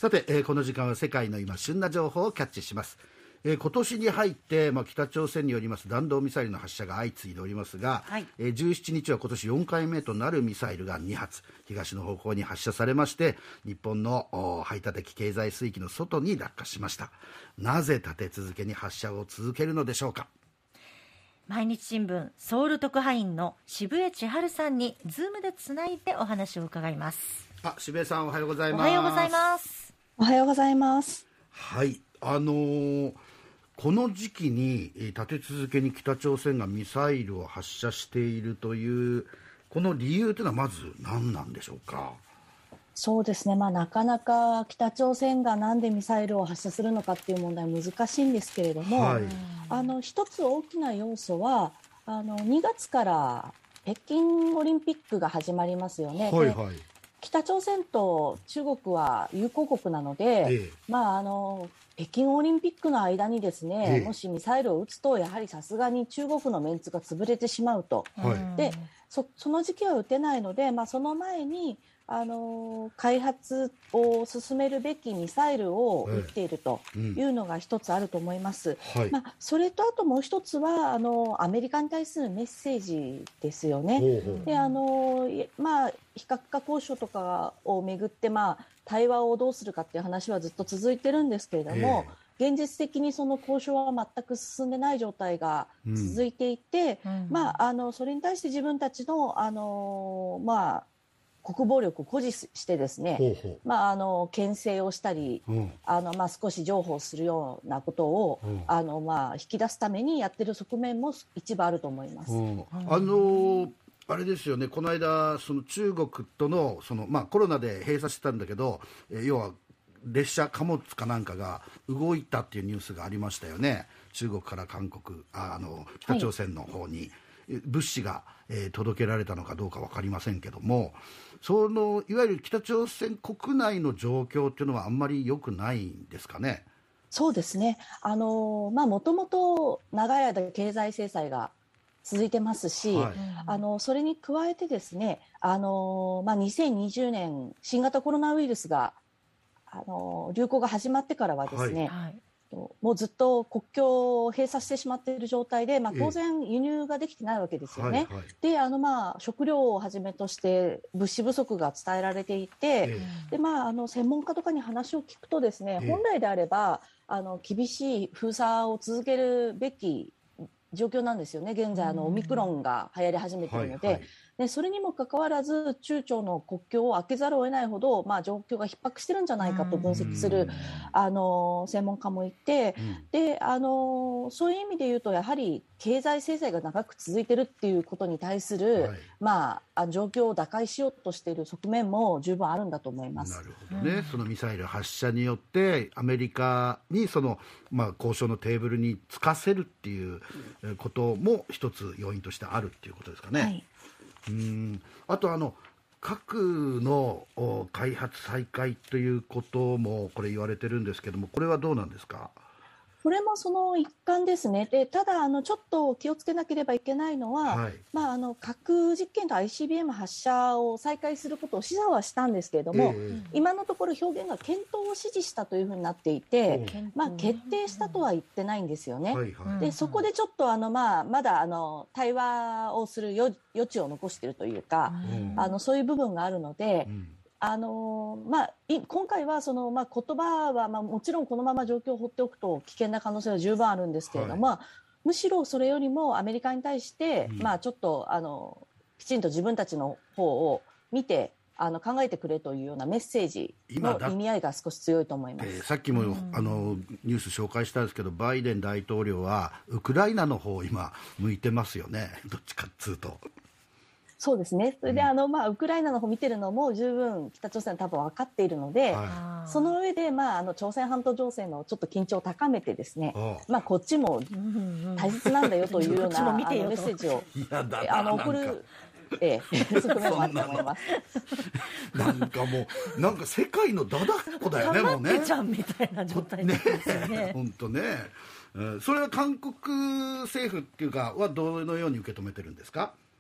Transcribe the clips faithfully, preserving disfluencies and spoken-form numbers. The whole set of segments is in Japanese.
さて、えー、この時間は世界の今旬な情報をキャッチします。えー、今年に入って、まあ、北朝鮮によります弾道ミサイルの発射が相次いでおりますが、はい、えー、じゅうしちにちは今年よんかいめとなるミサイルがにはつ東の方向に発射されまして、日本の排他的経済水域の外に落下しました。なぜ立て続けに発射を続けるのでしょうか。 毎日新聞ソウル特派員の渋江千春さんにズームでつないでお話を伺います。 あ、渋江さん、おはようございます。 おはようございます。 おはようございます。 はい、あのー、この時期に立て続けに北朝鮮がミサイルを発射しているというこの理由というのはまず何なんでしょうか。 そうですね、まあ、なかなか北朝鮮がなんでミサイルを発射するのかっていう問題は難しいんですけれども、はい、あの一つ大きな要素はあのにがつから北京オリンピックが始まりますよね。はいはい、北朝鮮と中国は友好国なので、ええ、まあ、あの北京オリンピックの間にですね、ええ、もしミサイルを撃つとやはりさすがに中国のメンツが潰れてしまうと、はい、で そ, その時期は撃てないので、まあ、その前にあの開発を進めるべきミサイルを撃っているというのが一つあると思います、はい、まあ、それとあともう一つはあのアメリカに対するメッセージですよね。ほうほう。であの、まあ、非核化交渉とかをめぐって、まあ、対話をどうするかっていう話はずっと続いてるんですけれども、えー、現実的にその交渉は全く進んでない状態が続いていて、うん、まあ、あのそれに対して自分たちの、あの、まあ、国防力を誇示してですね、ほうほう、まあ、あの牽制をしたり、うん、あのまあ、少し譲歩するようなことを、うん、あのまあ、引き出すためにやってる側面も一部あると思います。うん、 あのあれですよね、この間その中国との、その、まあ、コロナで閉鎖してたんだけど、えー、要は列車貨物かなんかが動いたっていうニュースがありましたよね。中国から韓国、ああの北朝鮮の方に、はい、物資が、えー、届けられたのかどうか分かりませんけども、そのいわゆる北朝鮮国内の状況っていうのはあんまり良くないんですかね。 そうですね、あのまあ、もともと長い間経済制裁が続いてますし、はい、あのそれに加えてですね、あの、まあ、にせんにじゅうねん新型コロナウイルスがあの流行が始まってからはですね、はい、もうずっと国境を閉鎖してしまっている状態で、まあ、当然輸入ができてないわけですよね。ええ、はいはい、であの、まあ、食料をはじめとして物資不足が伝えられていて、ええ、でまあ、あの専門家とかに話を聞くとですね、ええ、本来であればあの厳しい封鎖を続けるべき状況なんですよね。現在あのオミクロンが流行り始めているので、はいはい、でそれにもかかわらず中朝の国境を開けざるを得ないほど、まあ、状況が逼迫しているんじゃないかと分析するあの専門家もいて、であのそういう意味で言うとやはり経済制裁が長く続いているっていうことに対する、はい、まあ、状況を打開しようとしている側面も十分あるんだと思います。 なるほどね、うん、そのミサイル発射によってアメリカにその、まあ、交渉のテーブルにつかせるっていうことも一つ要因としてあるっていうことですかね。はい、うーん、あとあの核の開発再開ということもこれ言われてるんですけども、これはどうなんですか。 これもその一環ですね。でただあのちょっと気をつけなければいけないのは、はい、まあ、あの核実験と アイシービーエム 発射を再開することを示唆はしたんですけれども、えー、今のところ表現が検討を指示したというふうになっていて、まあ、決定したとは言ってないんですよね。はいはい、でそこでちょっとあの、まあ、まだあの対話をする余地を残しているというか、うん、あのそういう部分があるので、うん、あのまあ、今回はその、まあ、言葉は、まあ、もちろんこのまま状況を放っておくと危険な可能性は十分あるんですけれども、はい、むしろそれよりもアメリカに対して、うん、まあ、ちょっとあのきちんと自分たちの方を見てあの考えてくれというようなメッセージの意味合いが少し強いと思います。 えー、さっきも、うん、あのニュース紹介したんですけど、バイデン大統領はウクライナの方を今向いてますよね。どっちかっつうと。 そうですね。それで、うん、あのまあ、ウクライナの方見てるのも十分北朝鮮は多分分かっているので、はい、その上で、まあ、あの朝鮮半島情勢のちょっと緊張を高めてですね、まあ、こっちも大切なんだよというようなあのメッセージをあの送る、ええ、側面もあると思います。 なんかもうなんか世界のダダっ子だよね。もうね。 ちゃんみたいな状態ですよね。 本当ね。それは韓国政府っていうかはどのように受け止めてるんですか。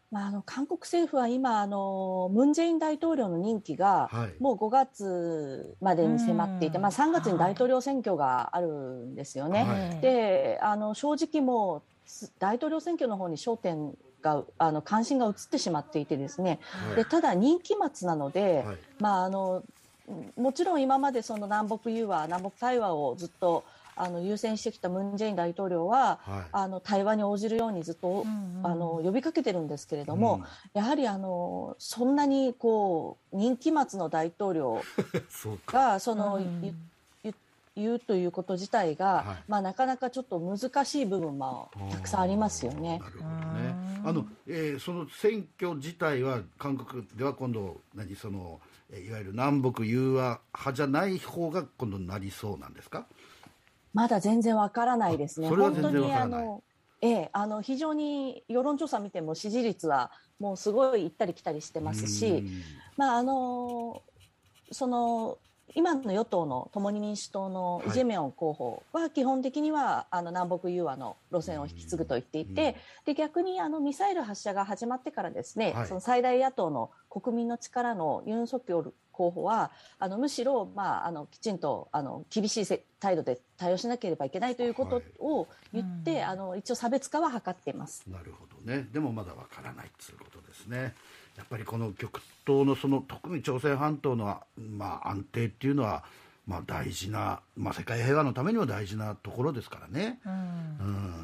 まあ、あの韓国政府は今あのムン・ジェイン大統領の任期がもうごがつまでに迫っていて、まあ、さんがつに大統領選挙があるんですよね、はい、であの正直もう大統領選挙の方に焦点があの関心が移ってしまっていてですね、はい、でただ任期末なので、はい、まあ、あのもちろん今までその南北融和南北対話をずっとあの優先してきたムン・ジェイン大統領は、はい、あの対話に応じるようにずっと、うんうん、あの呼びかけてるんですけれども、うん、やはりあのそんなにこう任期末の大統領がその、うん、言うということ自体が、はい、まあ、なかなかちょっと難しい部分もたくさんありますよね。 なるほどね。あの、えー、その選挙自体は韓国では今度何そのいわゆる南北融和派じゃない方が今度なりそうなんですか？ まだ全然わからないですね。 それは全然わからない。 本当にあの、ええ、あの非常に世論調査見ても支持率はもうすごい行ったり来たりしてますし、まああのその今の与党の共に民主党のイ・ジェミョン候補は基本的にはあの南北融和の路線を引き継ぐと言っていて、で逆にあのミサイル発射が始まってからですね、はい、その最大野党の国民の力のユン・ソクヨル候補はあのむしろ、まあ、あのきちんとあの厳しい態度で対応しなければいけないということを言って、はい、あの一応差別化は図っています。 なるほどね。でもまだわからないということですね。やっぱりこの極東のその特に朝鮮半島の、まあ、安定っていうのは、まあ、大事な、まあ、世界平和のためにも大事なところですからね。うん、うん、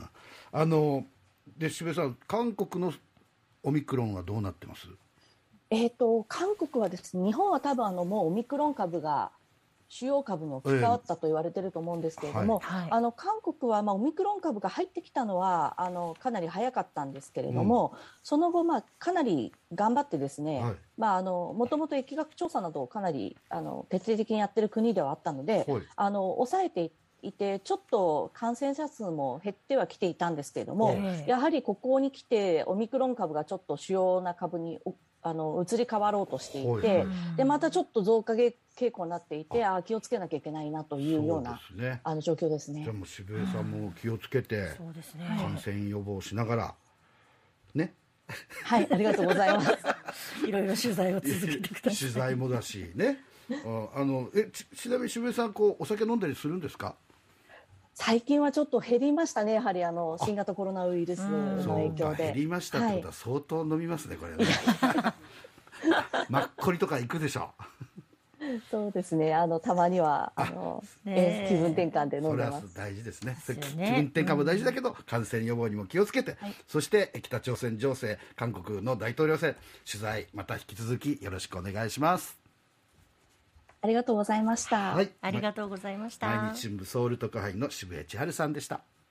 あので渋谷さん、韓国のオミクロンはどうなってます？ えーと、韓国はですね、日本は多分あのもうオミクロン株が主要株に置き換わったと言われていると思うんですけれども、えーはい、あの韓国はまあオミクロン株が入ってきたのはあのかなり早かったんですけれども、うん、その後、まあ、かなり頑張ってですね、はい、まあ、あのもともと疫学調査などをかなりあの徹底的にやっている国ではあったので、はい、あの抑えていてちょっと感染者数も減ってはきていたんですけれども、えー、やはりここに来てオミクロン株がちょっと主要な株にあの移り変わろうとしていて、はいはい、でまたちょっと増加傾向になっていて、ああ気をつけなきゃいけないなというようなう、ね、あの状況ですね。 じゃあもう渋谷さんも気をつけて、うん、感染予防しながらね。 はい、ありがとうございますいろいろ取材を続けてください。 取材もだしねああのえ ち, ちなみに渋谷さんこうお酒飲んだりするんですか？ 最近はちょっと減りましたね。やはりあの新型コロナウイルスの影響で減りましたってことは相当飲みますね、はい、これねマッコリとか行くでしょそうですね、あのたまにはあの、ね、気分転換で飲んでます。 それは大事ですね。ですよね。気分転換も大事だけど、うん、感染予防にも気をつけて、はい、そして北朝鮮情勢、韓国の大統領選取材また引き続きよろしくお願いします。 ありがとうございました。 はい、ありがとうございました。 毎日新聞ソウル特派員の渋谷千春さんでした。